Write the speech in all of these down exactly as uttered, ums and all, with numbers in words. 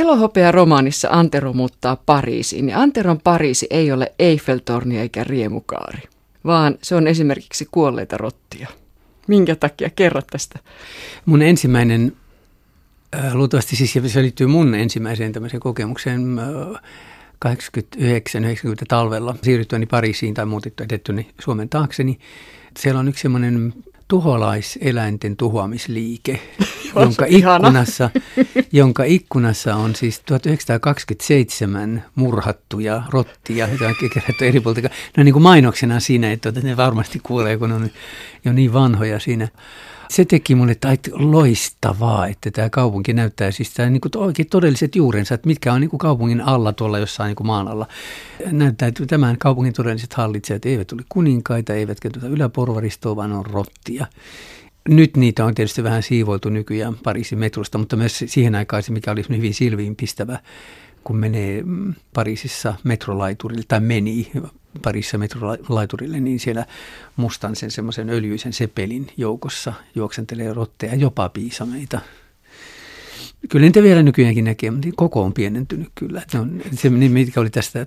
Elohopea-romaanissa Antero muuttaa Pariisiin, ja Anteron Pariisi ei ole Eiffeltorni eikä riemukaari, vaan se on esimerkiksi kuolleita rottia. Minkä takia? Kerro tästä. Mun ensimmäinen, äh, luultavasti siis se liittyy mun ensimmäiseen tämmöiseen kokemukseen äh, kahdeksankymmentäyhdeksän yhdeksänkymmentä talvella siirryttyäni Pariisiin tai muutettua edettyni Suomen taakseni. Siellä on yksi semmoinen tuholaiseläinten tuhoamisliike, jonka ikkunassa, jonka ikkunassa on siis tuhatyhdeksänsataakaksikymmentäseitsemän murhattuja rottia, joita on kerätty eri puolilta. Ne on niin kuin mainoksena siinä, että ne varmasti kuulee, kun on jo niin vanhoja siinä. Se teki mulle aika loistavaa, että tämä kaupunki näyttää siis tämä, niin kuin oikein todelliset juurensa, että mitkä on niin kuin kaupungin alla tuolla jossain niin kuin maan alla. Näyttää, että tämän kaupungin todelliset hallitsijat eivät ole kuninkaita, eivätkä tuota yläporvaristoa, vaan on rottia. Nyt niitä on tietysti vähän siivoiltu nykyään Pariisin metrosta, mutta myös siihen aikaan se, mikä oli hyvin silmiinpistävä, kun menee Pariisissa metrolaiturille, tai meni Pariisissa metrolaiturille, niin siellä mustan sen semmoisen öljyisen sepelin joukossa juoksentelee rotteja, jopa piisameita. Kyllä niitä vielä nykyäänkin näkee, mutta koko on pienentynyt kyllä. Ne on, se, mitkä oli tästä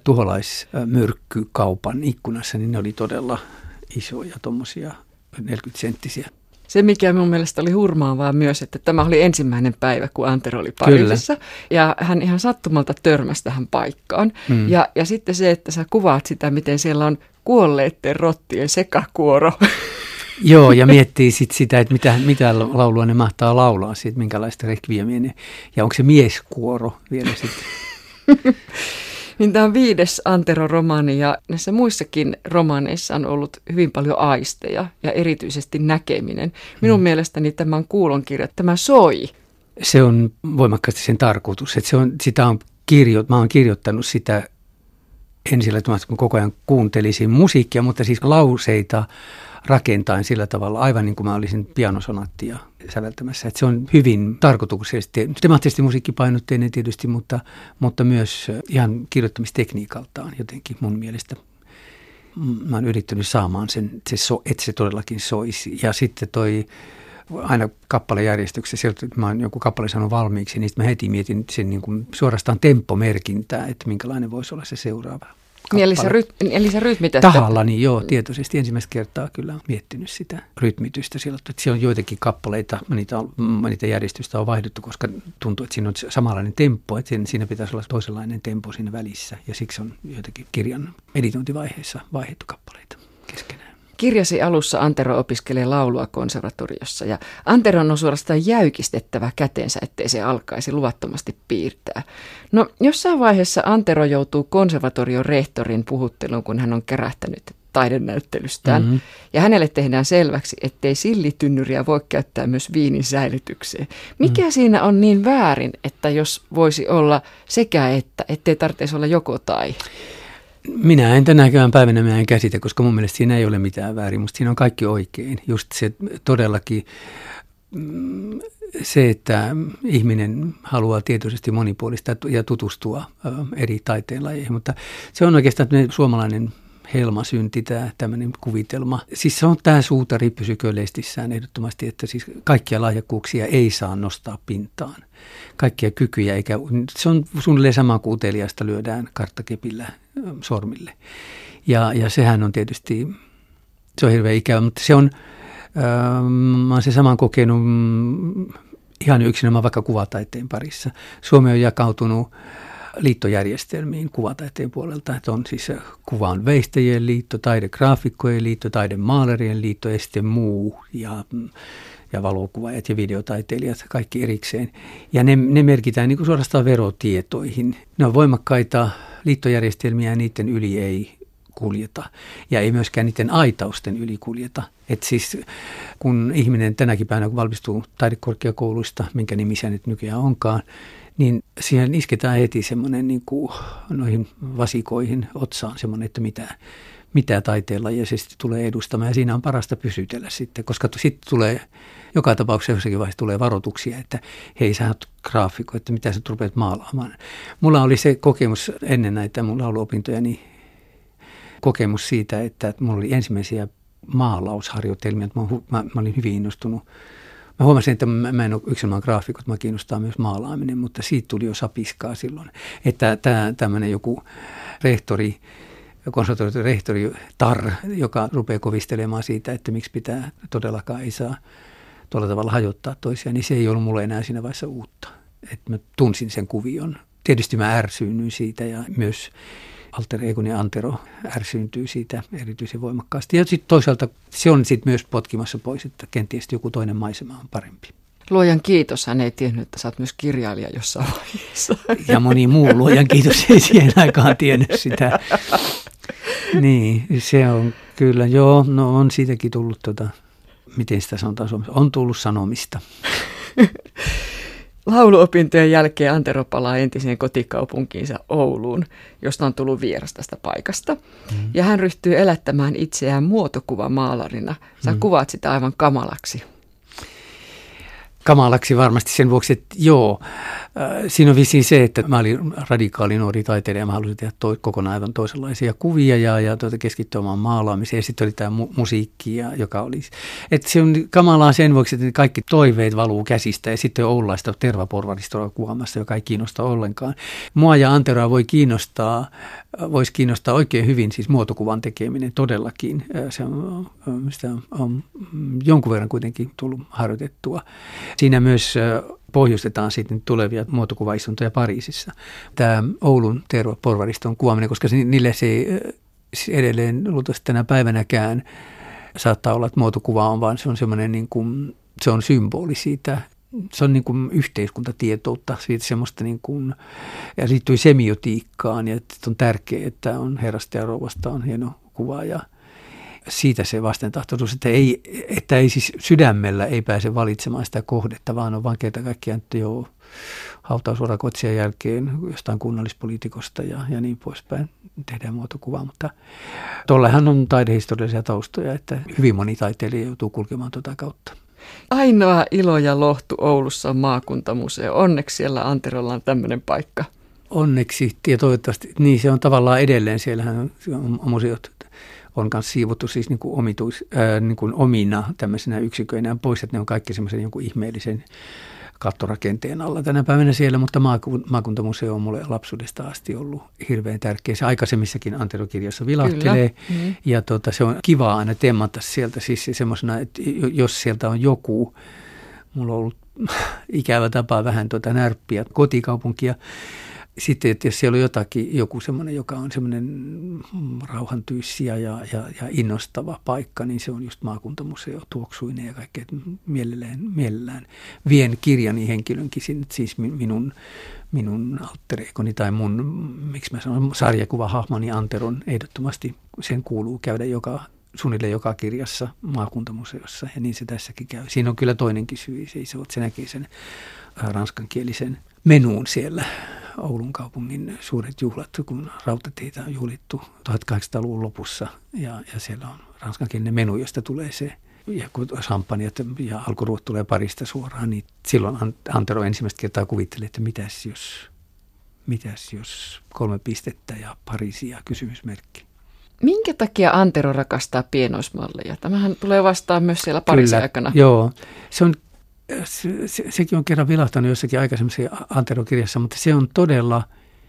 tuholaismyrkkykaupan ikkunassa, niin ne oli todella isoja, tuommoisia neljäkymmentä senttisiä. Se, mikä mun mielestä oli hurmaavaa myös, että tämä oli ensimmäinen päivä, kun Antero oli Pariisissa. Kyllä. Ja hän ihan sattumalta törmäsi tähän paikkaan. Hmm. Ja, ja sitten se, että sä kuvaat sitä, miten siellä on kuolleiden rottien sekakuoro. Joo, ja miettii sitten sitä, että mitä, mitä laulua ne mahtaa laulaa siitä, minkälaista rekviemiä ne. Ja onko se mieskuoro vielä sitten? Niin tämä on viides Antero-romaani, ja näissä muissakin romaaneissa on ollut hyvin paljon aisteja ja erityisesti näkeminen. Minun hmm. mielestäni tämä on kuulonkirja, tämä soi. Se on voimakkaasti sen tarkoitus, että se on, sitä on kirjo, mä oon kirjoittanut sitä ensillä, että mä koko ajan kuuntelisin musiikkia, mutta siis lauseita rakentaen sillä tavalla, aivan niin kuin mä olisin pianosonaattia säveltämässä. Että se on hyvin tarkoituksellisesti, temaattisesti musiikkipainotteinen tietysti, mutta, mutta myös ihan kirjoittamistekniikaltaan jotenkin mun mielestä. Mä oon yrittänyt saamaan sen, että se todellakin soisi. Ja sitten toi aina kappalejärjestyksessä, sieltä mä oon joku kappale sanonut valmiiksi, niin mä heti mietin sen niin kuin suorastaan tempomerkintää, että minkälainen voisi olla se seuraava. Niin, eli sä, ryt, eli sä rytmitätte? Tahallani, joo, tietoisesti. Ensimmäistä kertaa kyllä olen miettinyt sitä rytmitystä. Siellä, että siellä on joitakin kappaleita, niitä, on, niitä järjestystä on vaihdettu, koska tuntuu, että siinä on samanlainen tempo, että siinä pitäisi olla toisenlainen tempo siinä välissä. Ja siksi on joitakin kirjan editointivaiheessa vaihdettu kappaleita keskenään. Kirjasi alussa Antero opiskelee laulua konservatoriossa, ja Anteron on suorastaan jäykistettävä kätensä, ettei se alkaisi luvattomasti piirtää. No, jossain vaiheessa Antero joutuu konservatorion rehtorin puhutteluun, kun hän on kärähtänyt taidenäyttelystään, mm-hmm. ja hänelle tehdään selväksi, ettei sillitynnyriä voi käyttää myös viinin säilytykseen. Mikä mm-hmm. siinä on niin väärin, että jos voisi olla sekä että, ettei tarvitsisi olla joko tai? Minä en tänäkään päivänä mä en käsitä, koska mun mielestä siinä ei ole mitään väärin, mutta siinä on kaikki oikein. Just se todellakin se, että ihminen haluaa tietoisesti monipuolista ja tutustua eri taiteenlajeihin, mutta se on oikeastaan suomalainen helmasynti, tämä tämmöinen kuvitelma. Siis se on tämä suutari pysykö lestissään ehdottomasti, että siis kaikkia lahjakkuuksia ei saa nostaa pintaan. Kaikkia kykyjä, eikä, se on suunnilleen sama kuin uteliaista lyödään karttakepillä sormille. Ja, ja sehän on tietysti, se on hirveän ikävä, mutta se on, äh, mä oon se saman kokenut ihan yksinomaan vaikka kuvataiteen parissa. Suomi on jakautunut liittojärjestelmiin kuvataiteen puolelta, että on siis kuvan veistäjien liitto, taidegraafikkojen liitto, taidemaalarien liitto ja sitten muu ja, ja valokuvaajat ja videotaiteilijat, kaikki erikseen. Ja ne, ne merkitään niin kuin suorastaan verotietoihin. Ne on voimakkaita liittojärjestelmiä ja niiden yli ei kuljeta ja ei myöskään niiden aitausten yli kuljeta. Että siis kun ihminen tänäkin päivänä kun valmistuu taidekorkeakouluista, minkä nimisiä nyt nykyään onkaan, niin siihen isketään heti semmoinen niin kuin noihin vasikoihin otsaan semmoinen, että mitä, mitä taiteenlajia se sitten tulee edustamaan. Ja siinä on parasta pysytellä sitten, koska sitten tulee, joka tapauksessa jossakin vaiheessa tulee varoituksia, että hei sä oot graafikko, että mitä sä rupeat maalaamaan. Mulla oli se kokemus ennen näitä mun lauluopintoja, niin kokemus siitä, että mulla oli ensimmäisiä maalausharjoitelmia. Mä, mä, mä olin hyvin innostunut Mä huomasin, että mä, mä en ole yksilömaan graafikot, mä kiinnostaa myös maalaaminen, mutta siitä tuli jo sapiskaa silloin, että tämä tämmöinen joku rehtori, konservatorioiden rehtori Tar, joka rupeaa kovistelemaan siitä, että miksi pitää todellakaan ei saa tuolla tavalla hajottaa toisiaan, niin se ei ollut mulle enää siinä vaiheessa uutta. Että mä tunsin sen kuvion. Tietysti mä ärsyynnyin siitä ja myös Alter Egon ja Antero ärsyyntyy siitä erityisen voimakkaasti. Ja sitten toisaalta se on sitten myös potkimassa pois, että kenties joku toinen maisema on parempi. Luojan kiitos, hän ei tiennyt, että sä oot myös kirjailija jossain vaiheessa. Ja moni muu luojan kiitos ei siihen aikaan tiennyt sitä. Niin, se on kyllä, joo, no on siitäkin tullut, tota, miten sitä sanotaan Suomessa, on tullut sanomista. Lauluopintojen jälkeen Antero palaa entiseen kotikaupunkiinsa Ouluun, josta on tullut vieras tästä paikasta. Mm. Ja hän ryhtyy elättämään itseään muotokuvamaalarina. Sä mm. kuvaat sitä aivan kamalaksi. Kamalaksi varmasti sen vuoksi, että joo, äh, siinä on vissiin se, että mä olin radikaali nuori taiteilija ja mä halusin tehdä toi, kokonaan aivan toisenlaisia kuvia ja, ja tuota, keskittyä omaan maalaamiseen. Ja sitten oli tämä mu- musiikki, ja, joka oli, että se on kamalaa sen vuoksi, että kaikki toiveet valuu käsistä ja sitten on oulaista tervaporvaristoa kuvaamassa, joka ei kiinnosta ollenkaan. Mua ja Anteroa voi kiinnostaa, voisi kiinnostaa oikein hyvin siis muotokuvan tekeminen todellakin. Se on, sitä on jonkun verran kuitenkin tullut harjoitettua. Siinä myös pohjustetaan sitten tulevia muotokuvaistuntoja Pariisissa. Tämä Oulun tervaporvariston kuvaaminen, koska niille se ei edelleen luultavasti tänä päivänäkään saattaa olla, että muotokuva on, vaan se on semmoinen niin kuin, se on symboli siitä. Se on niin kuin yhteiskuntatietoutta, siitä semmoista niin kuin, ja liittyy semiotiikkaan, ja on tärkeää, että on herrasta ja rouvasta on hieno kuva, ja siitä se vastentahtoisuus, että ei, että ei siis sydämellä ei pääse valitsemaan sitä kohdetta, vaan on vaan kerta kaikkiaan, että joo, hautausurakoitsijan jälkeen jostain kunnallispoliitikosta ja, ja niin poispäin tehdään muotokuvaa, mutta tuollahan on taidehistoriallisia taustoja, että hyvin moni taiteilija joutuu kulkemaan tuota kautta. Ainoa ilo ja lohtu Oulussa on maakuntamuseo. Onneksi siellä Anterolla on tämmöinen paikka. Onneksi ja toivottavasti, niin se on tavallaan edelleen, siellähän on, on museot on kanssa siivottu siis niin kuin omituis, ää, niin kuin omina tämmöisenä yksiköinä pois, että ne on kaikki semmoisen jonkun ihmeellisen kattorakenteen alla tänä päivänä siellä, mutta maakuntamuseo on mulle lapsuudesta asti ollut hirveän tärkeä. Se aikaisemmissakin Antero-kirjassa vilahtelee. Mm. Ja tota, se on kiva aina temmata sieltä siis semmoisena, että jos sieltä on joku, mulla on ollut ikävä tapa vähän tuota närppiä kotikaupunkia. Sitten, että jos siellä on jotakin, joku semmoinen, joka on semmoinen rauhantyyssiä ja, ja, ja innostava paikka, niin se on just maakuntamuseo tuoksuinen ja kaikkea mielellään, mielellään vien kirjani henkilönkin sinne, siis minun, minun alter egoni tai mun, miksi mä sanon, sarjakuvahahmoni Anteron ehdottomasti sen kuuluu käydä joka, suunnilleen joka kirjassa maakuntamuseossa ja niin se tässäkin käy. Siinä on kyllä toinenkin syy, se, se, se näkee sen ranskankielisen menuun siellä. Oulun kaupungin suuret juhlat, kun rautateitä on juhlittu tuhatkahdeksansataaluvun lopussa ja, ja siellä on ranskankielinen menu, josta tulee se, ja kun champanjat ja alkuruot tulee Parista suoraan, niin silloin Antero ensimmäistä kertaa kuvitteli, että mitäs jos, mitäs jos kolme pistettä ja Pariisia kysymysmerkki. Minkä takia Antero rakastaa pienoismalleja? Tämähän tulee vastaan myös siellä Pariisin aikana. Joo, se on Se, se, sekin on kerran vilahtanut jossakin aikaisemmassa Antero-kirjassa, mutta se on todella,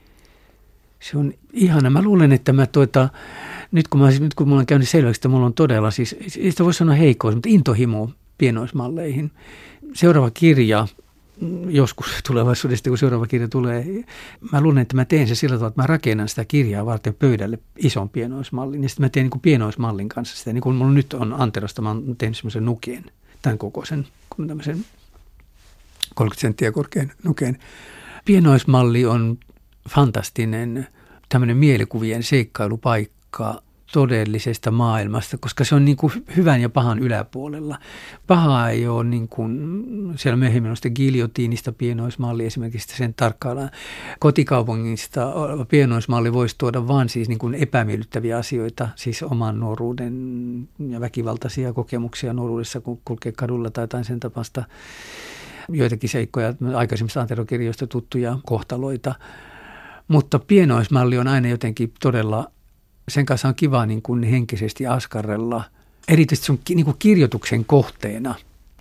se on ihana. Mä luulen, että mä tuota, nyt kun, mä, nyt kun mulla on käynyt selväksi, että mulla on todella, siis sitä voisi sanoa heikkous, mutta intohimo pienoismalleihin. Seuraava kirja, joskus tulevaisuudesta, kun seuraava kirja tulee, mä luulen, että mä teen se sillä tavalla, että mä rakennan sitä kirjaa varten pöydälle ison pienoismallin. Ja sitten mä teen niin kuin pienoismallin kanssa sitä, niin kuin mulla nyt on Anterosta, mä oon tehnyt semmoisen nuken, tämän kokoisen, tämmöisen kolmekymmentä senttiä korkean nuken. Pienoismalli on fantastinen tämmöinen mielikuvien seikkailupaikka todellisesta maailmasta, koska se on niin kuin hyvän ja pahan yläpuolella. Paha ei ole niin kuin, siellä myöhemmin on sitten giljotiinista pienoismalli, esimerkiksi sen tarkkaillaan kotikaupungista. Pienoismalli voisi tuoda vaan siis niin kuin epämiellyttäviä asioita, siis oman nuoruuden ja väkivaltaisia kokemuksia nuoruudessa, kun kulkee kadulla tai jotain sen tapasta. Joitakin seikkoja aikaisemmista Antero-kirjoista tuttuja kohtaloita. Mutta pienoismalli on aina jotenkin todella, sen kanssa on kiva niin kuin henkisesti askarrella. Erityisesti se on niin kuin kirjoituksen kohteena,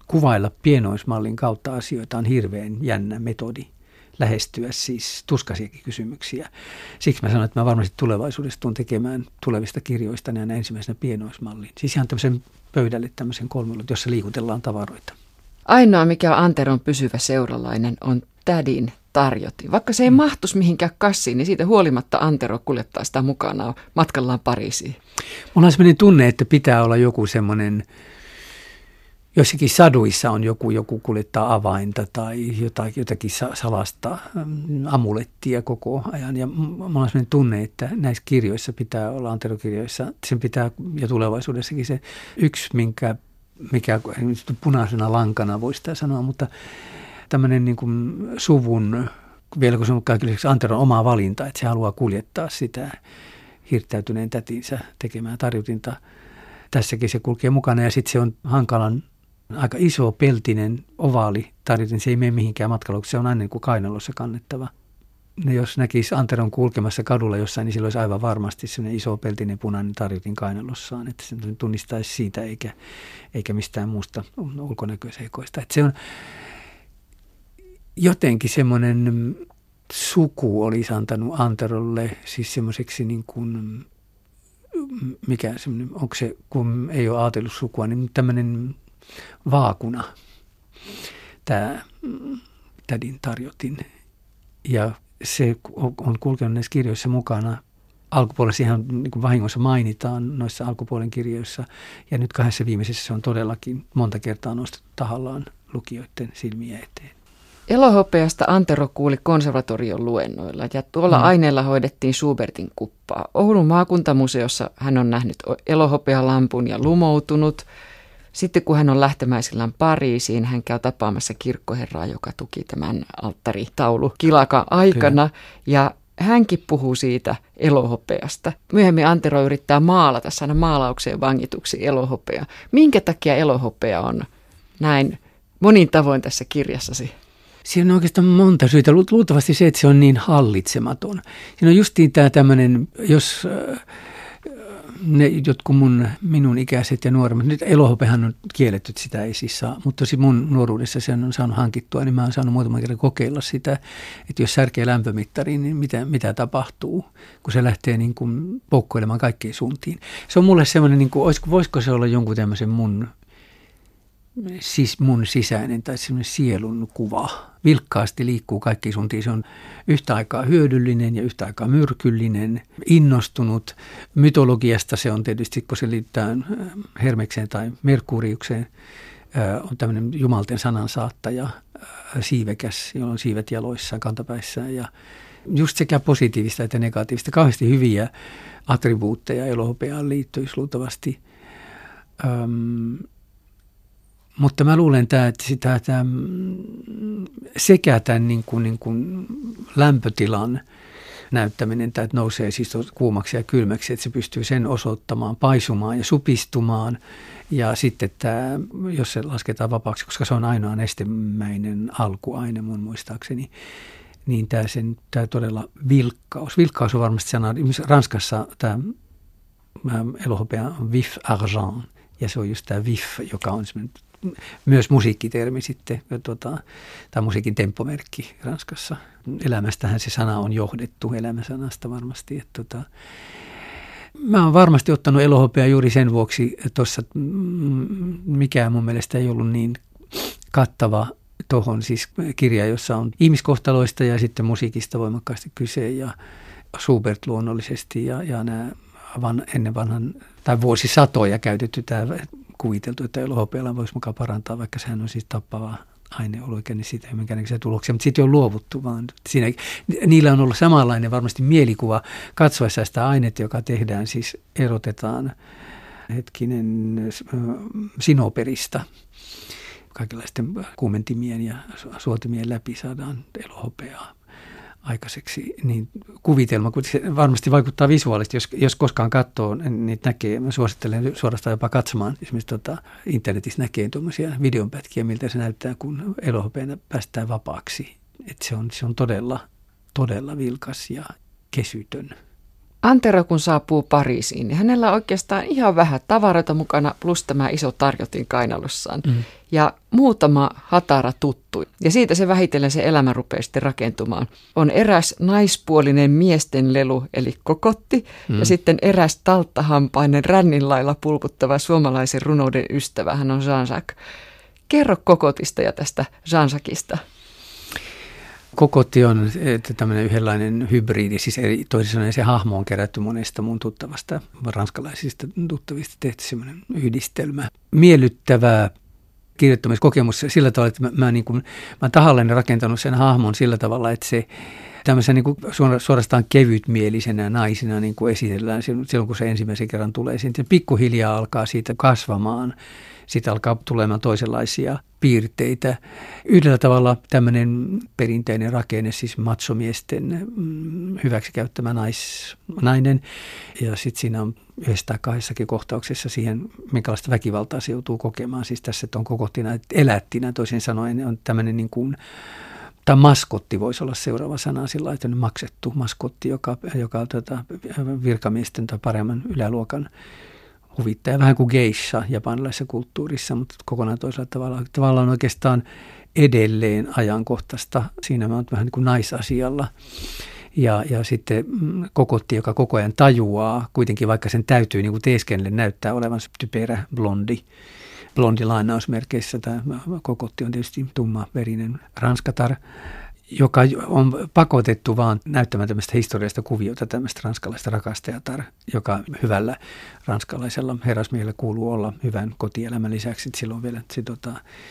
kuvailla pienoismallin kautta asioita on hirveän jännä metodi lähestyä siis tuskaisiakin kysymyksiä. Siksi mä sanon, että mä varmasti tulevaisuudessa tulen tekemään tulevista kirjoista näin ensimmäisenä pienoismallin. Siis ihan tämmöisen pöydälle tämmöisen kolmelun, jossa liikutellaan tavaroita. Ainoa, mikä on Anteron pysyvä seuralainen, on tädin tarjotin. Vaikka se ei mm. mahtuisi mihinkään kassiin, niin siitä huolimatta Antero kuljettaa sitä mukanaan matkallaan Pariisiin. Mulla on sellainen tunne, että pitää olla joku semmoinen, jossakin saduissa on joku, joku kuljettaa avainta tai jotakin, jotakin salasta amulettia koko ajan. Ja mulla on sellainen tunne, että näissä kirjoissa pitää olla, Antero-kirjoissa, sen pitää, ja tulevaisuudessakin se yksi, minkä, mikä punaisena lankana voi sitä sanoa, mutta tämmöinen niin kuin suvun, vielä kun se on kaikille Anteron omaa valinta, että se haluaa kuljettaa sitä hirttäytyneen tätinsä tekemään tarjotinta. Tässäkin se kulkee mukana ja sitten se on hankalan aika iso peltinen ovaali tarjotin. Se ei mene mihinkään matkalla, se on aina niin kuin kainalossa kannettava. Ne jos näkisi Anteron kulkemassa kadulla jossain, niin silloin olisi aivan varmasti sellainen iso peltinen punainen tarjotin kainalossaan, että se tunnistaisi siitä eikä, eikä mistään muusta ulkonäköseikoista. Että se on jotenkin semmoinen suku olisi antanut Anterolle, siis semmoiseksi niin kuin, mikä semmoinen, onko se, kun ei ole ajatellut sukua, niin tämmöinen vaakuna, tämä tädin tarjotin. Ja se on kulkenut näissä kirjoissa mukana. Alkupuolessa ihan niin kuin vahingossa mainitaan noissa alkupuolen kirjoissa, ja nyt kahdessa viimeisessä se on todellakin monta kertaa nostettu tahallaan lukijoiden silmiä eteen. Elohopeasta Antero kuuli konservatorion luennoilla ja tuolla mm. aineella hoidettiin Schubertin kuppaa. Oulun maakuntamuseossa hän on nähnyt elohopealampun ja lumoutunut. Sitten kun hän on lähtemäisillään Pariisiin, hän käy tapaamassa kirkkoherraa, joka tuki tämän alttaritaulu kilakan aikana. Kyllä. Ja hänkin puhuu siitä elohopeasta. Myöhemmin Antero yrittää maalata, saada maalaukseen vangituksi elohopea. Minkä takia elohopea on näin monin tavoin tässä kirjassasi? Siinä on oikeastaan monta syytä. Luultavasti se, että se on niin hallitsematon. Siinä on justiin tämä tämmöinen, jos ne jotkut mun, minun ikäiset ja nuoremmat, nyt elohopehan on kielletty, että sitä ei siis saa, mutta tosi mun nuoruudessa sen on saanut hankittua, niin mä oon saanut muutaman kerran kokeilla sitä, että jos särkee lämpömittariin, niin mitä, mitä tapahtuu, kun se lähtee niin kuin poukkoilemaan kaikkiin suuntiin. Se on mulle semmoinen, niin kuin, voisiko se olla jonkun tämmöisen mun, siis mun sisäinen tai semmoinen sielun kuva. Vilkkaasti liikkuu kaikkiin suuntiin. Se on yhtä aikaa hyödyllinen ja yhtä aikaa myrkyllinen, innostunut. Mytologiasta se on tietysti, kun se liittää Hermekseen tai Merkuriukseen, on tämmöinen jumalten sanansaattaja, siivekäs, jolla on siivet jaloissaan, kantapäissään. Ja just sekä positiivista että negatiivista. Kauheasti hyviä attribuutteja elohopeaan liittyisi luultavasti. Öm, Mutta mä luulen, että sitä, tämä, sekä tämän niin kuin, niin kuin lämpötilan näyttäminen, että nousee siis kuumaksi ja kylmäksi, että se pystyy sen osoittamaan, paisumaan ja supistumaan. Ja sitten tämä, jos se lasketaan vapaaksi, koska se on ainoa nestemäinen alkuaine mun muistaakseni, niin tämä, sen, tämä todella vilkkaus. Vilkkaus on varmasti sana, Ranskassa tämä elohopea on vif argent, ja se on just tämä vif, joka on myös musiikkitermi sitten, tuota, tai musiikin temppomerkki Ranskassa. Elämästähän se sana on johdettu, elämäsanasta varmasti. Että tuota, mä oon varmasti ottanut elohopea juuri sen vuoksi, että tuossa mikään mun mielestä ei ollut niin kattava tuohon, siis kirja, jossa on ihmiskohtaloista ja sitten musiikista voimakkaasti kyse ja Schubert luonnollisesti ja, ja nämä van, ennen vanhan tai vuosisatoja käytetty tämä kuviteltu, että elohopealla voisi mukaan parantaa, vaikka sehän on siis tappava aine ollut, eikä niin siitä ei ole minkäännäköisiä tuloksia, mutta siitä on luovuttu, vaan siinä, niillä on ollut samanlainen varmasti mielikuva katsoessa sitä ainetta, joka tehdään, siis erotetaan hetkinen sinoperista. Kaikenlaisten kuumentimien ja suotimien läpi saadaan elohopeaa aikaiseksi, niin kuvitelma, kun se varmasti vaikuttaa visuaalisesti, jos, jos koskaan katsoo, niin näkee, mä suosittelen suorastaan jopa katsomaan, esimerkiksi tota, internetissä näkee tuommoisia videonpätkiä, miltä se näyttää, kun elohopeana päästään vapaaksi. Et se on, se on todella, todella vilkas ja kesytön. Antero kun saapuu Pariisiin, niin hänellä on oikeastaan ihan vähän tavaroita mukana plus tämä iso tarjotin kainalossaan. Mm. Ja muutama hatara tuttu. Ja siitä se vähitellen se elämä rupeaa sitten rakentumaan. On eräs naispuolinen miesten lelu, eli kokotti, mm. ja sitten eräs talttahampainen rännin lailla pulputtava suomalaisen runouden ystävä. Hän on Jean-Jacques. Kerro kokotista ja tästä Jean-Jacquesista. Kokotti on tämmöinen yhdenlainen hybridi, siis toisin sanoen se hahmo on kerätty monesta mun tuttavasta, ranskalaisista tuttavista tehty semmoinen yhdistelmä. Miellyttävää kirjoittamiskokemus sillä tavalla, että mä, mä, niin kuin, mä olen tahallani rakentanut sen hahmon sillä tavalla, että se tämmöisen niin kuin suorastaan kevytmielisenä naisina niin kuin esitellään silloin, kun se ensimmäisen kerran tulee. Sitten pikkuhiljaa alkaa siitä kasvamaan. Sitten alkaa tulemaan toisenlaisia piirteitä. Yhdellä tavalla tämmöinen perinteinen rakenne, siis matsomiesten hyväksikäyttämä nais, nainen. Ja sitten siinä on yhdessä tai kahdessakin kohtauksessa siihen, minkälaista väkivaltaa se joutuu kokemaan. Siis tässä, että on kokottina, että elättinä toisin sanoen on tämmöinen niin kuin, tai maskotti voisi olla seuraava sana, sillä lailla maksettu maskotti, joka, joka on tuota, virkamiesten tai paremman yläluokan huvittaja, vähän kuin geisha japanilaisessa kulttuurissa, mutta kokonaan toisella tavalla. Tavallaan oikeastaan edelleen ajankohtaista. Siinä mä oon vähän niin kuin naisasialla. Ja, ja sitten kokotti, joka koko ajan tajuaa, kuitenkin vaikka sen täytyy niin kuin teeskennelle näyttää olevan typerä blondi. Blondi lainausmerkeissä. Tämä kokotti on tietysti tummaverinen ranskatar, joka on pakotettu vaan näyttämään tämmöistä historiallista kuviota, tämmöistä ranskalaista rakastajatar, joka hyvällä ranskalaisella herrasmiehellä kuuluu olla hyvän kotielämän lisäksi. Silloin vielä se, tota,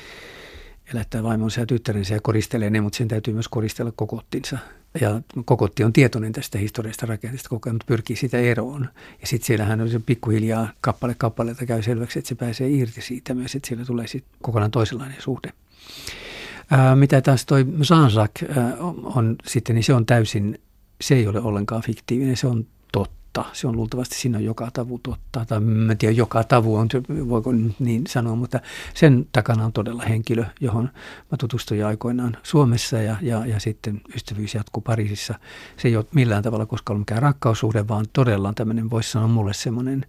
elättää vaimonsa ja tyttärensä ja koristelee ne, mutta sen täytyy myös koristella kokottinsa. Ja kokotti on tietoinen tästä historiallisesta rakenteesta koko ajan, mutta pyrkii sitä eroon. Ja sitten siellähän on se pikkuhiljaa kappale kappaleelta käy selväksi, että se pääsee irti siitä myös, että siellä tulee sitten kokonaan toisenlainen suhde. Ää, mitä taas toi Jean-Jacques ää, on sitten, niin se on täysin, se ei ole ollenkaan fiktiivinen, se on totta. Se on luultavasti, siinä on joka tavu totta, tai mä en tiedä, joka tavu on, voiko niin sanoa, mutta sen takana on todella henkilö, johon mä tutustuin aikoinaan Suomessa ja, ja, ja sitten ystävyys jatkuu Pariisissa. Se ei ole millään tavalla koskaan ollut mikään rakkaussuhde, vaan todella on tämmöinen, voisi sanoa mulle semmoinen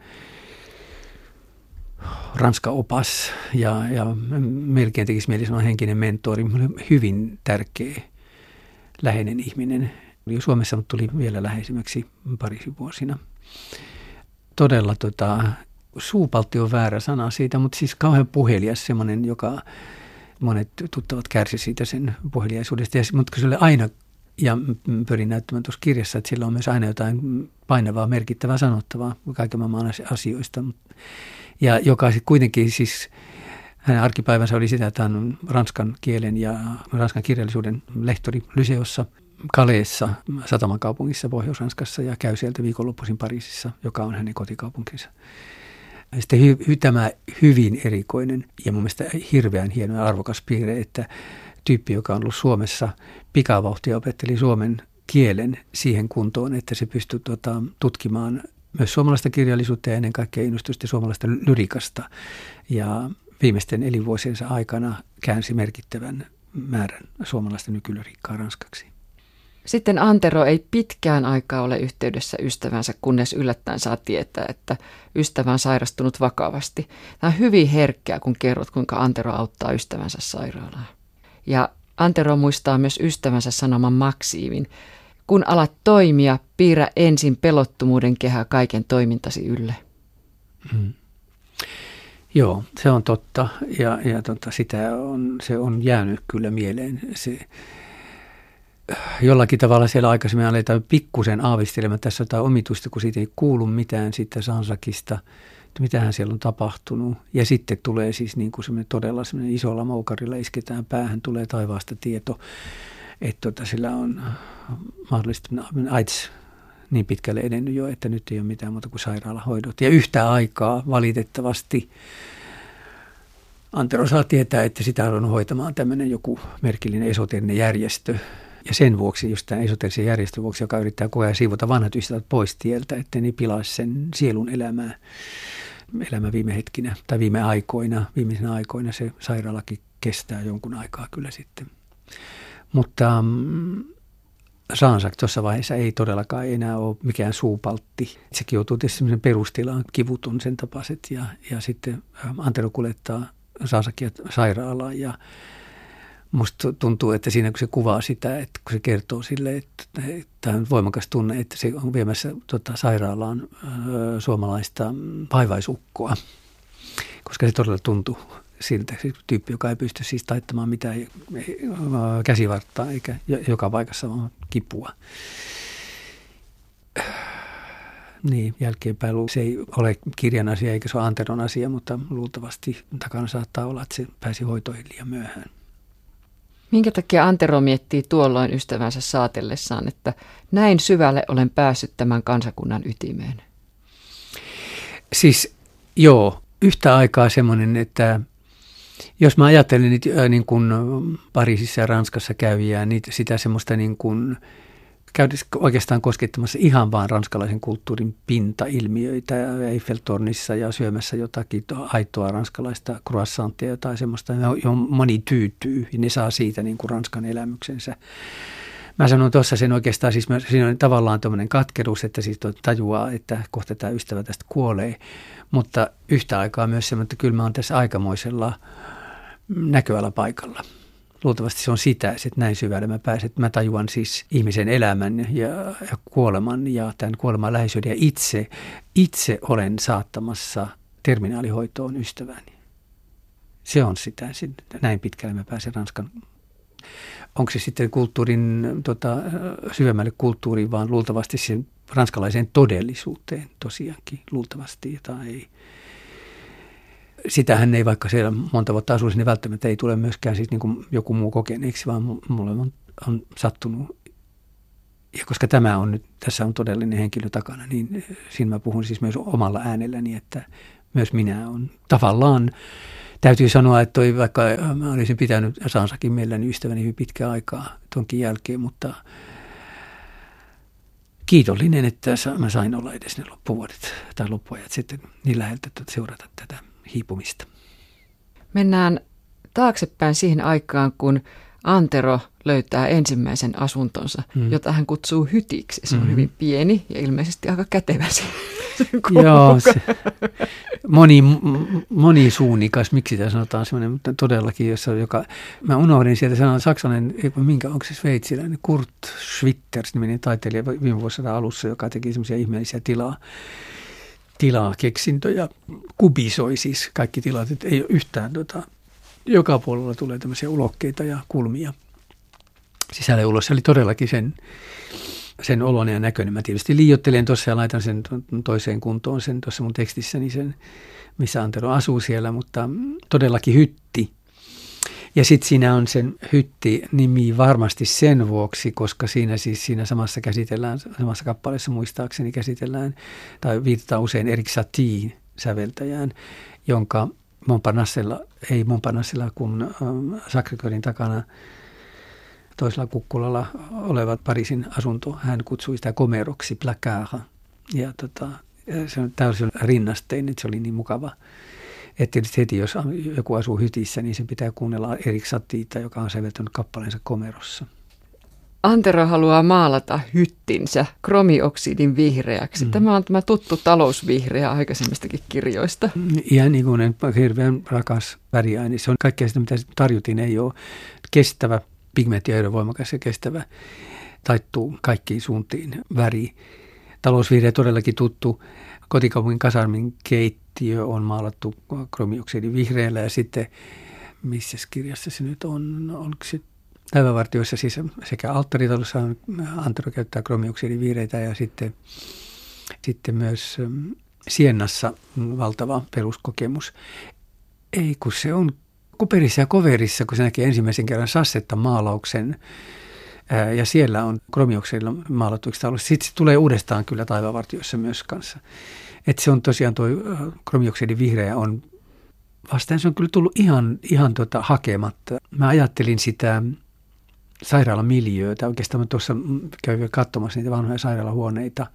Ranska-opas ja, ja melkein tekisi mieli sanoa henkinen mentori, hyvin tärkeä, läheinen ihminen. Oli Suomessa, mutta tuli vielä läheisemmäksi Pariisin vuosina. Todella tota, suupaltti on väärä sana siitä, mutta siis kauhean puhelias semmoinen, joka monet tuttavat kärsi siitä sen puheliaisuudesta. Ja, mutta se oli aina, ja pyrin näyttämään tuossa kirjassa, että sillä on myös aina jotain painavaa, merkittävää sanottavaa kaiken maailman asioista. Ja joka sitten kuitenkin siis, hänen arkipäivänsä oli sitä, että hän on ranskan kielen ja ranskan kirjallisuuden lehtori Lyseossa, Calaisissa, satamakaupungissa Pohjois-Ranskassa ja käy sieltä viikonloppuisin Pariisissa, joka on hänen kotikaupunkinsa. Ja sitten hy, hy, tämä hyvin erikoinen ja mun mielestä hirveän hieno ja arvokas piirre, että tyyppi, joka on ollut Suomessa, pikavauhtia opetteli suomen kielen siihen kuntoon, että se pystyy tuota, tutkimaan myös suomalaista kirjallisuutta ja ennen kaikkea innostusti suomalaista lyrikasta. Ja viimeisten elinvuosiensa aikana käänsi merkittävän määrän suomalaista nykylyriikkaa ranskaksi. Sitten Antero ei pitkään aikaa ole yhteydessä ystävänsä, kunnes yllättäen saa tietää, että ystävä on sairastunut vakavasti. Tämä on hyvin herkkää, kun kerrot, kuinka Antero auttaa ystävänsä sairaalaan. Ja Antero muistaa myös ystävänsä sanoman maksiimin. Kun alat toimia, piirrä ensin pelottomuuden kehä kaiken toimintasi ylle. Hmm. Joo, se on totta. Ja, ja tota, sitä on, se on jäänyt kyllä mieleen. Se, jollakin tavalla siellä aikaisemmin aletaan pikkusen aavistelemaan tässä jotain omituista, kun siitä ei kuulu mitään siitä Jean-Jacquesista, että mitähän siellä on tapahtunut. Ja sitten tulee siis niin kuin semmoinen todella semmoinen isolla moukarilla isketään päähän, tulee taivaasta tieto, että tota, sillä on mahdollisesti AIDS niin pitkälle edennyt jo, että nyt ei ole mitään muuta kuin sairaalahoidot. Ja yhtä aikaa valitettavasti Antero saa tietää, että sitä on hoitamaan tämmöinen joku merkillinen esoterinen järjestö. Ja sen vuoksi, just tämän esoterisen järjestön vuoksi, joka yrittää koko ajan siivota vanhat ystävät pois tieltä, ettei ne pilaisi sen sielun elämää, elämä viime hetkinä tai viime aikoina. Viimeisenä aikoina se sairaalakin kestää jonkun aikaa kyllä sitten. Mutta Jean-Jacques tuossa vaiheessa ei todellakaan enää ole mikään suupaltti. Sekin joutuu tietysti sellaisen perustilaan, kivut on sen tapaiset ja, ja sitten Antero kuljettaa Jean-Jacquea sairaalaan ja musta tuntuu, että siinä kun se kuvaa sitä, että kun se kertoo sille, että tämä on voimakas tunne, että se on viemässä tota, sairaalaan ö, suomalaista vaivaisukkoa, koska se todella tuntuu siltä, se tyyppi, joka ei pysty siis taittamaan mitään käsivarttaa eikä joka paikassa vaan kipua. Niin, jälkeenpäin se ei ole kirjan asia eikä se ole Anteron asia, mutta luultavasti takana saattaa olla, että se pääsi hoitoihin liian myöhään. Minkä takia Antero miettii tuolloin ystävänsä saatellessaan, että näin syvälle olen päässyt tämän kansakunnan ytimeen? Siis joo, yhtä aikaa semmoinen, että jos mä ajattelen niitä niin kuin Pariisissa ja Ranskassa käyviä, niitä, sitä semmoista niin kuin oikeastaan koskettamassa ihan vaan ranskalaisen kulttuurin pintailmiöitä Eiffeltornissa ja syömässä jotakin aitoa ranskalaista croissantia, jotain semmoista, johon moni tyytyy ja ne saa siitä niin kuin Ranskan elämyksensä. Mä sanon tuossa sen oikeastaan, siis mä, siinä on tavallaan tuommoinen katkeruus, että siis tajuaa, että kohta tämä ystävä tästä kuolee, mutta yhtä aikaa myös semmoinen, että kyllä mä oon tässä aikamoisella näköalapaikalla. Luultavasti se on sitä, että näin syvälle mä pääsen, että mä tajuan siis ihmisen elämän ja, ja kuoleman ja tämän kuoleman läheisyyden ja itse, itse olen saattamassa terminaalihoitoon ystäväni. Se on sitä, näin pitkälle mä pääsen Ranskan. Onko se sitten kulttuurin, tota, syvemmälle kulttuuriin, vaan luultavasti sen ranskalaiseen todellisuuteen tosiaankin, luultavasti, tai ei. Sitähän ei, vaikka siellä monta vuotta asuisi, niin välttämättä ei tule myöskään siis niin kuin joku muu kokeneeksi, vaan mulle on, on sattunut. Ja koska tämä on nyt, tässä on todellinen henkilö takana, niin siinä mä puhun siis myös omalla äänelläni, että myös minä on tavallaan. Täytyy sanoa, että toi, vaikka mä olisin pitänyt Jean-Jacquesin mielelläni ystäväni hyvin pitkään aikaa tonkin jälkeen, mutta kiitollinen, että mä sain olla edes ne loppuvuodet tai loppuajat sitten niin läheltä seurata tätä hiipumista. Mennään taaksepäin siihen aikaan, kun Antero löytää ensimmäisen asuntonsa, mm. jota hän kutsuu hytiksi. Se on mm. hyvin pieni ja ilmeisesti aika kätevä se. Joo, se, moni, monisuunnikas, miksi tämä sanotaan semmoinen, mutta todellakin, jossa, joka, mä unohdin sieltä sanan saksalainen, minkä, onko se sveitsiläinen, Kurt Schwitters niminen taiteilija viime vuosisadan alussa, joka teki semmoisia ihmeellisiä tilaa, tilaa keksintöjä, kubisoi siis kaikki tilat, että ei ole yhtään, tota, joka puolella tulee tämmöisiä ulokkeita ja kulmia sisälle ulos. Se oli todellakin sen, sen oloinen ja näköinen. Mä tietysti liioittelen tuossa ja laitan sen toiseen kuntoon sen tuossa mun tekstissäni sen, missä Antero asuu siellä, mutta todellakin hytti. Ja sitten siinä on sen hytti-nimi varmasti sen vuoksi, koska siinä siis siinä samassa käsitellään, samassa kappaleessa muistaakseni käsitellään, tai viitataan usein Erik Satien säveltäjään, jonka Montparnassella, ei Montparnassella, kun ähm, Sacré-Cœurin takana toisella kukkulalla olevat Pariisin asunto, hän kutsui sitä komeroksi, placard. Ja tota, se on täysin rinnastein, että se oli niin mukava. Että tietysti heti, jos joku asuu hytissä, niin sen pitää kuunnella Erik Satieta, joka on säveltänyt kappaleensa komerossa. Antero haluaa maalata hyttinsä kromioksidin vihreäksi. Mm. Tämä on tämä tuttu talousvihreä aikaisemmistakin kirjoista. Ihan niin kuin hirveän rakas väriaine. Se on kaikkea sitä, mitä tarjotin, ei ole kestävä, pigmentti ei ole voimakas ja kestävä. Taittuu kaikkiin suuntiin väri. Talousvihreä todellakin tuttu. Kotikaupungin kasarmin keittiö on maalattu kromioksidin vihreällä ja sitten, missä kirjassa se nyt on, onko se Päivävartioissa siis sekä alttaritalossa Antero käyttää kromioksidin vihreitä ja sitten, sitten myös Siennassa valtava peruskokemus. Ei, kun se on Kuperissa ja Coverissa, kun se näkee ensimmäisen kerran Sassetta maalauksen ää, ja siellä on kromioksidilla maalattu yksi talossa. Sitten se tulee uudestaan kyllä Taivaanvartioissa myös kanssa. Että se on tosiaan tuo kromioksidin vihreä on vastaan se on kyllä tullut ihan, ihan tuota hakematta. Mä ajattelin sitä sairaalamiljöötä. Oikeastaan mä tuossa kävin katsomassa niitä vanhoja sairaalahuoneita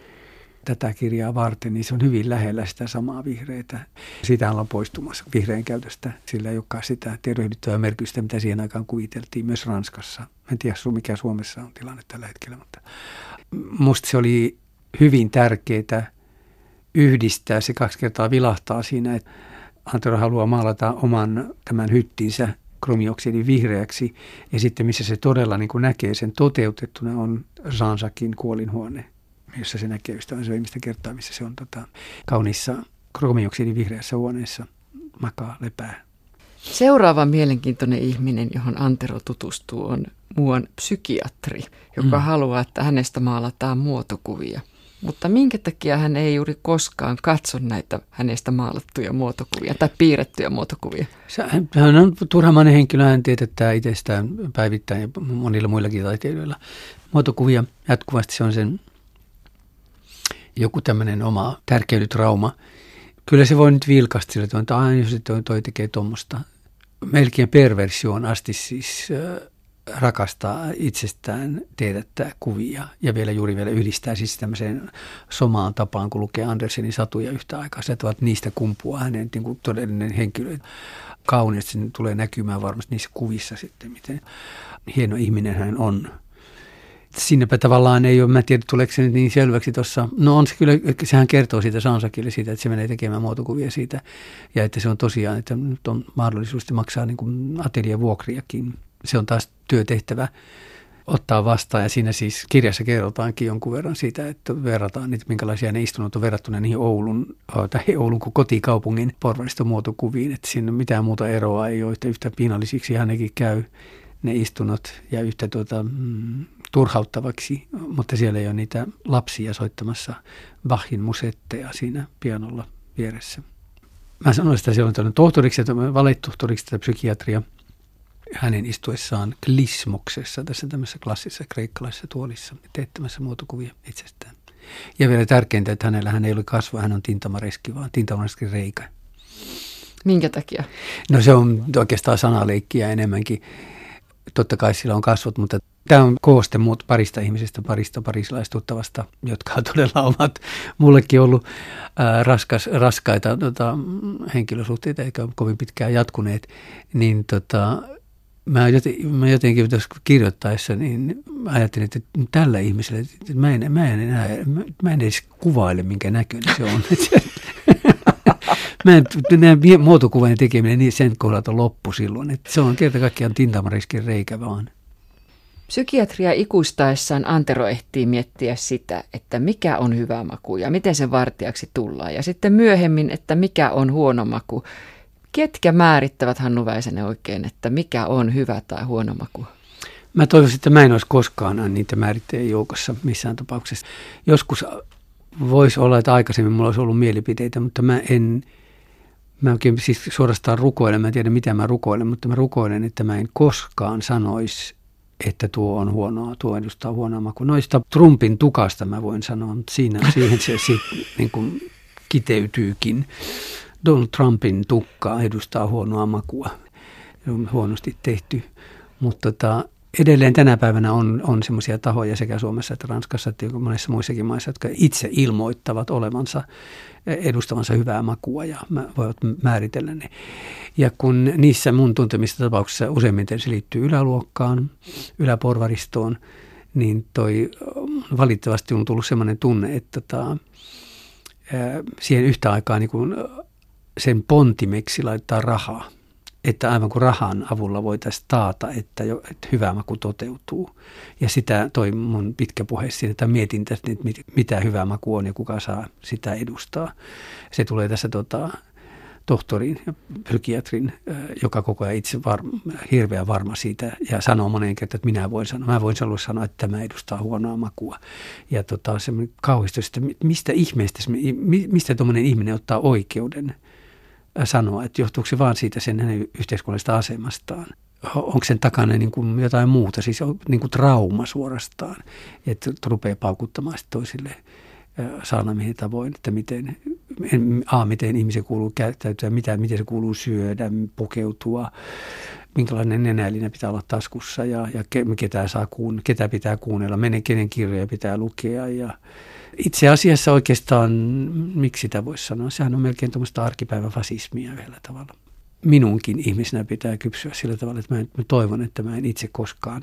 tätä kirjaa varten, niin se on hyvin lähellä sitä samaa vihreitä. Siitä ollaan poistumassa vihreän käytöstä. Sillä ei olekaan sitä tervehdyttävää merkitystä, mitä siihen aikaan kuviteltiin myös Ranskassa. en tiedä mikä Suomessa on tilanne tällä hetkellä, mutta musta se oli hyvin tärkeää yhdistää, se kaksi kertaa vilahtaa siinä, että Antero haluaa maalata oman tämän hyttinsä kromioksidin vihreäksi, ja sitten missä se todella niin kuin näkee sen toteutettuna on Jean-Jacquesin kuolinhuone, jossa se näkee ystävänsä viimeistä kertaa, missä se on tota, kauniissa kromioksidin vihreässä huoneessa makaa, lepää. Seuraava mielenkiintoinen ihminen, johon Antero tutustuu, on muuan psykiatri, joka mm. haluaa, että hänestä maalataan muotokuvia. Mutta minkä takia hän ei juuri koskaan katso näitä hänestä maalattuja muotokuvia tai piirrettyjä muotokuvia? Hän on turhamainen henkilö, hän teetättää itsestään päivittäin ja monilla muillakin taiteilijoilla muotokuvia. Jatkuvasti se on sen joku tämmöinen oma tärkeydytrauma. Kyllä se voi nyt vilkasta sillä, että aina jos toi, toi tekee tuommoista. Melkein perversioon asti siis äh, rakastaa itsestään teetättää kuvia ja vielä juuri vielä yhdistää siis tämmöiseen somaan tapaan, kun lukee Andersenin satuja yhtä aikaa. Se, että niistä kumpuaa hänen niin kuin todellinen henkilö. Kauniisti se tulee näkymään varmasti niissä kuvissa sitten, miten hieno ihminen hän on. Sinnepä tavallaan ei ole, mä en tiedä tuleeko se nyt niin selväksi tuossa, no on se kyllä, sehän kertoo siitä Jean-Jacquesille siitä, että se menee tekemään muotokuvia siitä ja että se on tosiaan, että nyt on mahdollisuus maksaa niin kuin ateljevuokriakin. Se on taas työtehtävä ottaa vastaan ja siinä siis kirjassa kerrotaankin jonkun verran siitä, että verrataan niitä, minkälaisia ne istunnot on verrattuna niihin Oulun, tai Oulun kuin kotikaupungin porvariston muotokuviin, että siinä mitään muuta eroa ei ole, että yhtä piinallisiksi hän nekin käy ne istunnot ja yhtä tuota, mm, turhauttavaksi, mutta siellä ei ole niitä lapsia soittamassa Bachin musetteja siinä pianolla vieressä. Mä sanoin sitä silloin tuonne tohtoriksi, valettohtoriksi tätä psykiatria, hänen istuessaan klismoksessa, tässä tämmöisessä klassisessa kreikkalaisessa tuolissa, teettämässä muotokuvia itsestään. Ja vielä tärkeintä, että hänellä hän ei ole kasvoa, hän on tintamareski, vaan tintamareski reikä. Minkä takia? No se on oikeastaan sanaleikkiä enemmänkin. Totta kai sillä on kasvot, mutta tämä on kooste muut parista ihmisestä, parista parisilaistuttavasta, jotka on todella omat, mullekin ollut ää, raskas, raskaita tota, henkilösuhteita, eikä kovin pitkään jatkuneet, niin tota, mä, joten, mä jotenkin tässä kirjoittaessa niin ajattelin, että tällä ihmisellä, että mä en, mä en enää, mä en edes kuvaile, minkä näköinen se on. Mä en näe muotokuvan tekeminen niin sen kohdalta loppu silloin, että se on kerta kaikkiaan tintamariskin reikä vaan. Psykiatria ikuistaessaan Antero ehtii miettiä sitä, että mikä on hyvä maku ja miten sen vartijaksi tullaan. Ja sitten myöhemmin, että mikä on huono maku. Ketkä määrittävät, Hannu Väisänen, oikein, että mikä on hyvä tai huono maku? Mä toivoisin, että mä en olisi koskaan niitä määrittäjien joukossa missään tapauksessa. Joskus voisi olla, että aikaisemmin mulla olisi ollut mielipiteitä, mutta mä en... Mä oikein siis suorastaan rukoilen, mä en tiedä mitä mä rukoilen, mutta mä rukoilen, että mä en koskaan sanoisi, että tuo on huonoa, tuo edustaa huonoa makua. Noista Trumpin tukasta mä voin sanoa, mutta siinä, siihen se sitten niin kuin kiteytyykin. Donald Trumpin tukka edustaa huonoa makua. Se on huonosti tehty, mutta tota, edelleen tänä päivänä on, on semmoisia tahoja sekä Suomessa että Ranskassa että monessa muissakin maissa, jotka itse ilmoittavat olevansa, edustavansa hyvää makua ja voivat määritellä ne. Ja kun niissä mun tuntemista tapauksissa useimmiten se liittyy yläluokkaan, yläporvaristoon, niin toi valitettavasti on tullut semmoinen tunne, että tota, siihen yhtä aikaa niin kun sen pontimeksi laittaa rahaa. Että aivan kuin rahan avulla voitaisiin taata, että, jo, että hyvä maku toteutuu. Ja sitä toi mun pitkä puhe siinä, että mietin tästä, että mitä hyvä maku on ja kuka saa sitä edustaa. Se tulee tässä tota, tohtorin ja psykiatrin, joka koko ajan itse var, hirveän varma siitä ja sanoo moneen kertaan, että minä voin sanoa. Mä voin sanoa, että tämä edustaa huonoa makua. Ja tota, semmoinen kauhistus, että mistä ihmeestä, mistä tuommoinen ihminen ottaa oikeuden sanoa, että johtuuko se vaan siitä sen hänen yhteiskunnallisesta asemastaan. Onko sen takana niin kuin jotain muuta, siis niin kuin trauma suorastaan, että rupeaa paukuttamaan toisille saarnamiehen tavoin, että miten, a, miten ihmisen kuuluu käyttäytyä, mitä, miten se kuuluu syödä, pukeutua, minkälainen nenäilinä pitää olla taskussa ja, ja ketä, saa kuun, ketä pitää kuunnella, menen, kenen kirjoja pitää lukea ja itse asiassa oikeastaan, miksi sitä voisi sanoa, sehän on melkein tuommoista arkipäivän fasismia yhdellä tavalla. Minunkin ihmisenä pitää kypsyä sillä tavalla, että mä, mä toivon, että mä en itse koskaan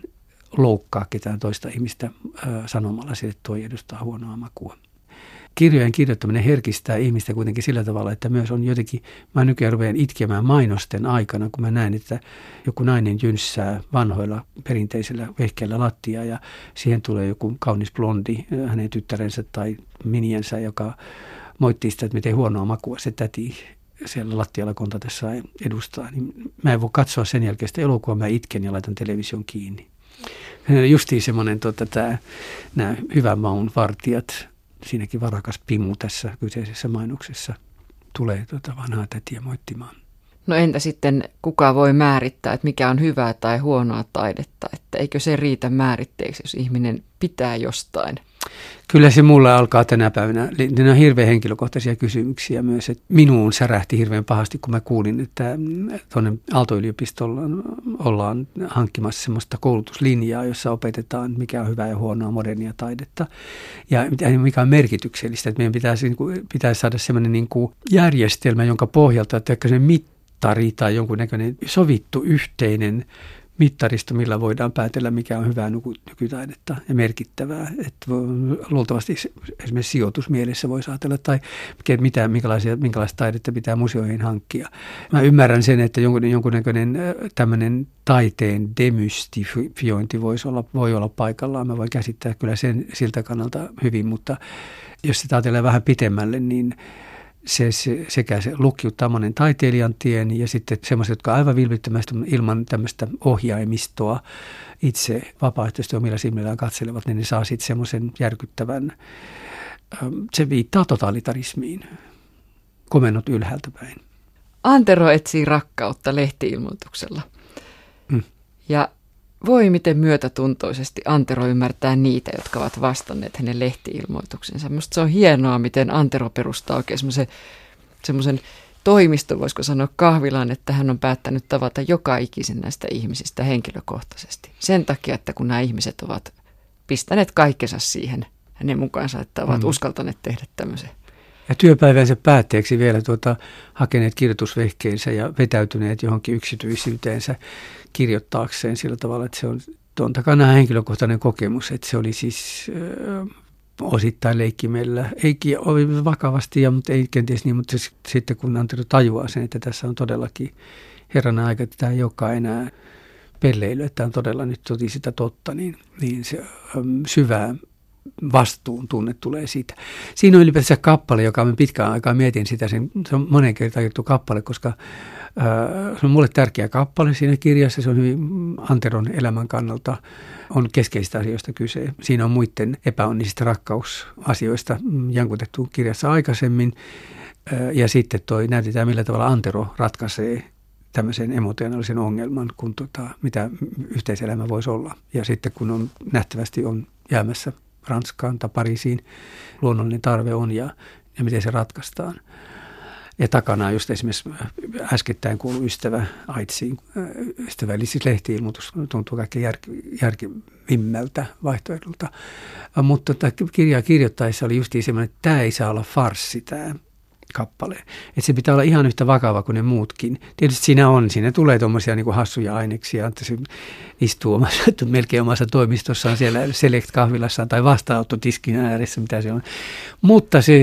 loukkaa ketään toista ihmistä ää, sanomalla sille, että toi edustaa huonoa makua. Kirjojen kirjoittaminen herkistää ihmistä kuitenkin sillä tavalla, että myös on jotenkin, mä nykyään rupean itkemään mainosten aikana, kun mä näen, että joku nainen jynssää vanhoilla perinteisillä vehkeillä lattiaa ja siihen tulee joku kaunis blondi, hänen tyttärensä tai miniensä, joka moittii sitä, että miten huonoa makua se täti siellä lattialla kontatessa edustaa. Niin mä en voi katsoa sen jälkeen sitä elokuvaa, mä itken ja laitan television kiinni. Justiin semmoinen tota, tää, nämä hyvän maun vartijat, siinäkin varakas Pimu tässä kyseisessä mainoksessa tulee tuota vanhaa tätiä moittimaan. No entä sitten kuka voi määrittää, että mikä on hyvää tai huonoa taidetta? Että eikö se riitä määritteeksi, jos ihminen pitää jostain? Kyllä se mulla alkaa tänä päivänä. Ne on hirveän henkilökohtaisia kysymyksiä myös. Että minuun särähti hirveän pahasti, kun mä kuulin, että tuonne Aalto-yliopistolla ollaan hankkimassa semmoista koulutuslinjaa, jossa opetetaan, mikä on hyvää ja huonoa modernia taidetta. Ja mikä on merkityksellistä. Että meidän pitäisi, pitäisi saada semmoinen niin kuin järjestelmä, jonka pohjalta, että se mittari tai jonkunnäköinen sovittu yhteinen mittaristo, millä voidaan päätellä, mikä on hyvää nykytaidetta ja merkittävää. Että luultavasti esimerkiksi sijoitusmielessä voisi ajatella, tai mitä, minkälaisia, minkälaista taidetta pitää museoihin hankkia. Mä ymmärrän sen, että jonkun, jonkunnäköinen tämmöinen taiteen demystifiointi voisi olla, voi olla paikallaan. Mä voin käsittää kyllä sen siltä kannalta hyvin, mutta jos sitä ajatellaan vähän pitemmälle, niin Se, se, sekä se lukkiuttaa monen taiteilijan tien ja sitten semmoiset, jotka aivan vilpittömästi ilman tämmöistä ohjaimistoa itse vapaaehtoisesti omilla silmillään katselevat, niin ne saa sitten semmoisen järkyttävän, se viittaa totalitarismiin, komennot ylhäältä päin. Antero etsii rakkautta lehti-ilmoituksella. Mm. Ja voi miten myötätuntoisesti Antero ymmärtää niitä, jotka ovat vastanneet hänen lehti-ilmoituksensa. Minusta se on hienoa, miten Antero perustaa oikein semmoisen, semmoisen toimiston, voisiko sanoa kahvilaan, että hän on päättänyt tavata joka ikisen näistä ihmisistä henkilökohtaisesti. Sen takia, että kun nämä ihmiset ovat pistäneet kaikkensa siihen hänen mukaansa, että ovat mm. uskaltaneet tehdä tämmöisen. Ja työpäivänsä päätteeksi vielä tuota, hakeneet kirjoitusvehkeensä ja vetäytyneet johonkin yksityisyyteensä kirjoittaakseen sillä tavalla, että se on tuon takana henkilökohtainen kokemus, että se oli siis ö, osittain leikkimellä, ei vakavasti, ja, mutta ei kenties niin, mutta se, sitten kun Antero tajuaa sen, että tässä on todellakin herranen aika, että tämä ei olekaan enää pelleily, että tämä on todella nyt toti sitä totta, niin, niin se ö, syvää vastuun tunne tulee siitä. Siinä on ylipäätään kappale, joka mä pitkään aikaa mietin sitä, se on monen kertaan juttu kappale, koska äh, se on mulle tärkeä kappale siinä kirjassa, se on hyvin Anteron elämän kannalta, on keskeisistä asioista kyse. Siinä on muiden epäonnisista rakkausasioista jankutettu kirjassa aikaisemmin, äh, ja sitten toi näytetään, millä tavalla Antero ratkaisee tämmöisen emotionaalisen ongelman, kun tota, mitä yhteiselämä voisi olla. Ja sitten kun on nähtävästi on jäämässä Ranskaan tai Pariisiin luonnollinen tarve on ja, ja miten se ratkaistaan. Ja takana on just esimerkiksi äskettäin kuului ystävä AIDSiin, ystävällisistä lehti-ilmoitus tuntuu kaikkein jär, järkevimmältä vaihtoehdolta. Mutta tota, kirjaa kirjoittaessa oli justiin semmoinen, että tämä ei saa olla farssi tämä kappale. Että se pitää olla ihan yhtä vakava kuin ne muutkin. Tietysti siinä on, siinä tulee tuommoisia niin kuin hassuja aineksia, että se istuu omassa, melkein omassa toimistossaan siellä Select-kahvilassaan tai vastaanottotiskin ääressä, mitä se on. Mutta se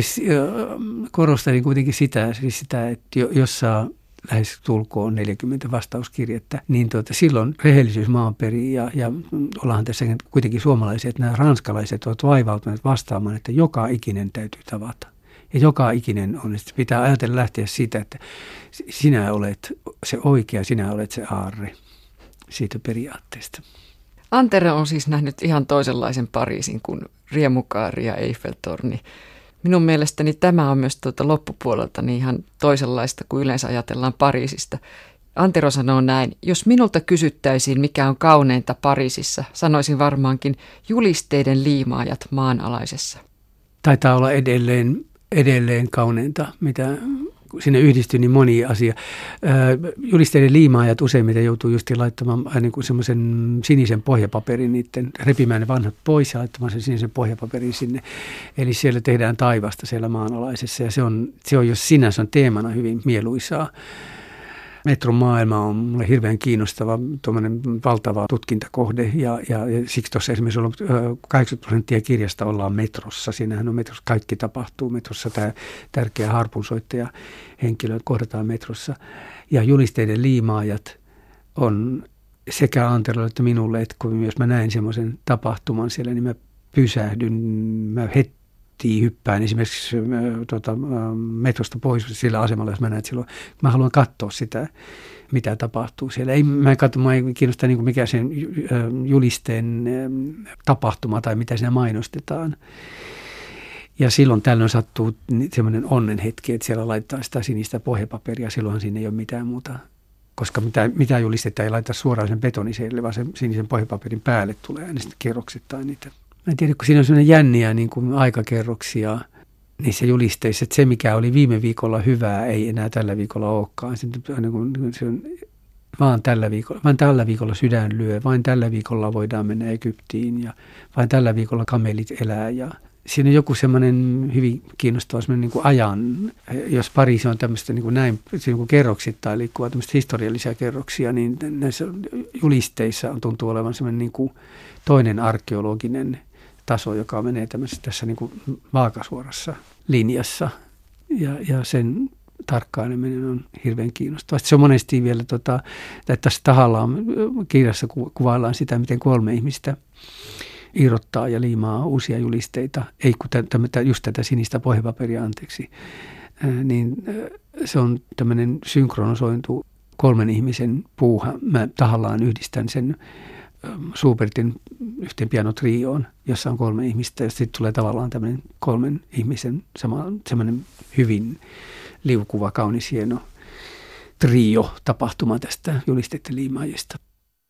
korostaa kuitenkin sitä, siis sitä, että jos saa lähes tulkoon neljäkymmentä vastauskirjettä, niin tuota, silloin rehellisyys maan perin ja, ja ollaan tässä kuitenkin suomalaisia, että nämä ranskalaiset ovat vaivautuneet vastaamaan, että joka ikinen täytyy tavata. Ja joka ikinen on, että pitää ajatella lähteä siitä, että sinä olet se oikea, sinä olet se aarre siitä periaatteesta. Antero on siis nähnyt ihan toisenlaisen Pariisin kuin riemukaari ja Eiffeltorni. Minun mielestäni tämä on myös tuota loppupuolelta niin ihan toisenlaista kuin yleensä ajatellaan Pariisista. Antero sanoo näin, jos minulta kysyttäisiin, mikä on kauneinta Pariisissa, sanoisin varmaankin julisteiden liimaajat maanalaisessa. Taitaa olla edelleen edelleen kauneinta, mitä sinne yhdistyy niin moni asia. Julisteiden liimaajat useimmiten joutuu just laittamaan niin kuin semmoisen sinisen pohjapaperin, niiden repimään ne vanhat pois ja laittamaan sen sinisen pohjapaperin sinne. Eli siellä tehdään taivasta siellä maanalaisessa ja se on, se on jos sinänsä on teemana hyvin mieluisaa. Metromaailma on mulle hirveän kiinnostava, tuommoinen valtava tutkintakohde ja, ja, ja siksi tuossa esimerkiksi on kahdeksankymmentä prosenttia kirjasta ollaan metrossa. Siinähän on metrossa, kaikki tapahtuu metrossa, tämä tärkeä harpunsoittaja henkilö kohdataan metrossa. Ja julisteiden liimaajat on sekä Anterolle että minulle, että kun jos mä näen semmoisen tapahtuman siellä, niin mä pysähdyn, mä heti hyppään esimerkiksi tuota, metrosta pois sillä asemalla, jos mä näen, että silloin mä haluan katsoa sitä, mitä tapahtuu siellä. Ei, mä en katso, mä ei kiinnosta niin kuin mikä sen julisteen tapahtuma tai mitä siinä mainostetaan. Ja silloin tällöin sattuu semmoinen onnenhetki, että siellä laittaa sitä sinistä pohjapaperia, silloinhan siinä ei ole mitään muuta. Koska mitä, mitä julistetta ei laita suoraan sen betoniselle, vaan sen sinisen pohjapaperin päälle tulee aina sitten kerroksittain niitä. Mä en tiedä, kun siinä on sellainen jänniä niin kuin aikakerroksia niissä julisteissa, että se mikä oli viime viikolla hyvää ei enää tällä viikolla olekaan. Se, se on vaan tällä viikolla, vain tällä viikolla sydän lyö, vain tällä viikolla voidaan mennä Egyptiin ja vain tällä viikolla kamelit elää. Ja siinä on joku semmoinen hyvin kiinnostava semmoinen niin kuin ajan, jos Pariisi on tämmöistä niin kuin näin, niin kuin kerroksittain liikkuvaa tämmöistä historiallisia kerroksia, niin näissä julisteissa on tuntuu olevan semmoinen niin kuin toinen arkeologinen taso, joka menee tämmöisessä tässä niin kuin vaakasuorassa linjassa ja, ja sen tarkkaileminen on hirveän kiinnostavaa. Se on monesti vielä, tota, että tässä tahallaan kirjassa kuvaillaan sitä, miten kolme ihmistä irrottaa ja liimaa uusia julisteita, ei kun tämmötä, just tätä sinistä pohjapaperia, anteeksi, niin se on tämmöinen synkronisointu kolmen ihmisen puuha. Mä tahallaan yhdistän sen Schubertin yhteen pianotrioon, jossa on kolme ihmistä, ja sitten tulee tavallaan tämmöinen kolmen ihmisen sama, semmoinen hyvin liukuva, kaunis, hieno trio-tapahtuma tästä julisteiden liimaajista.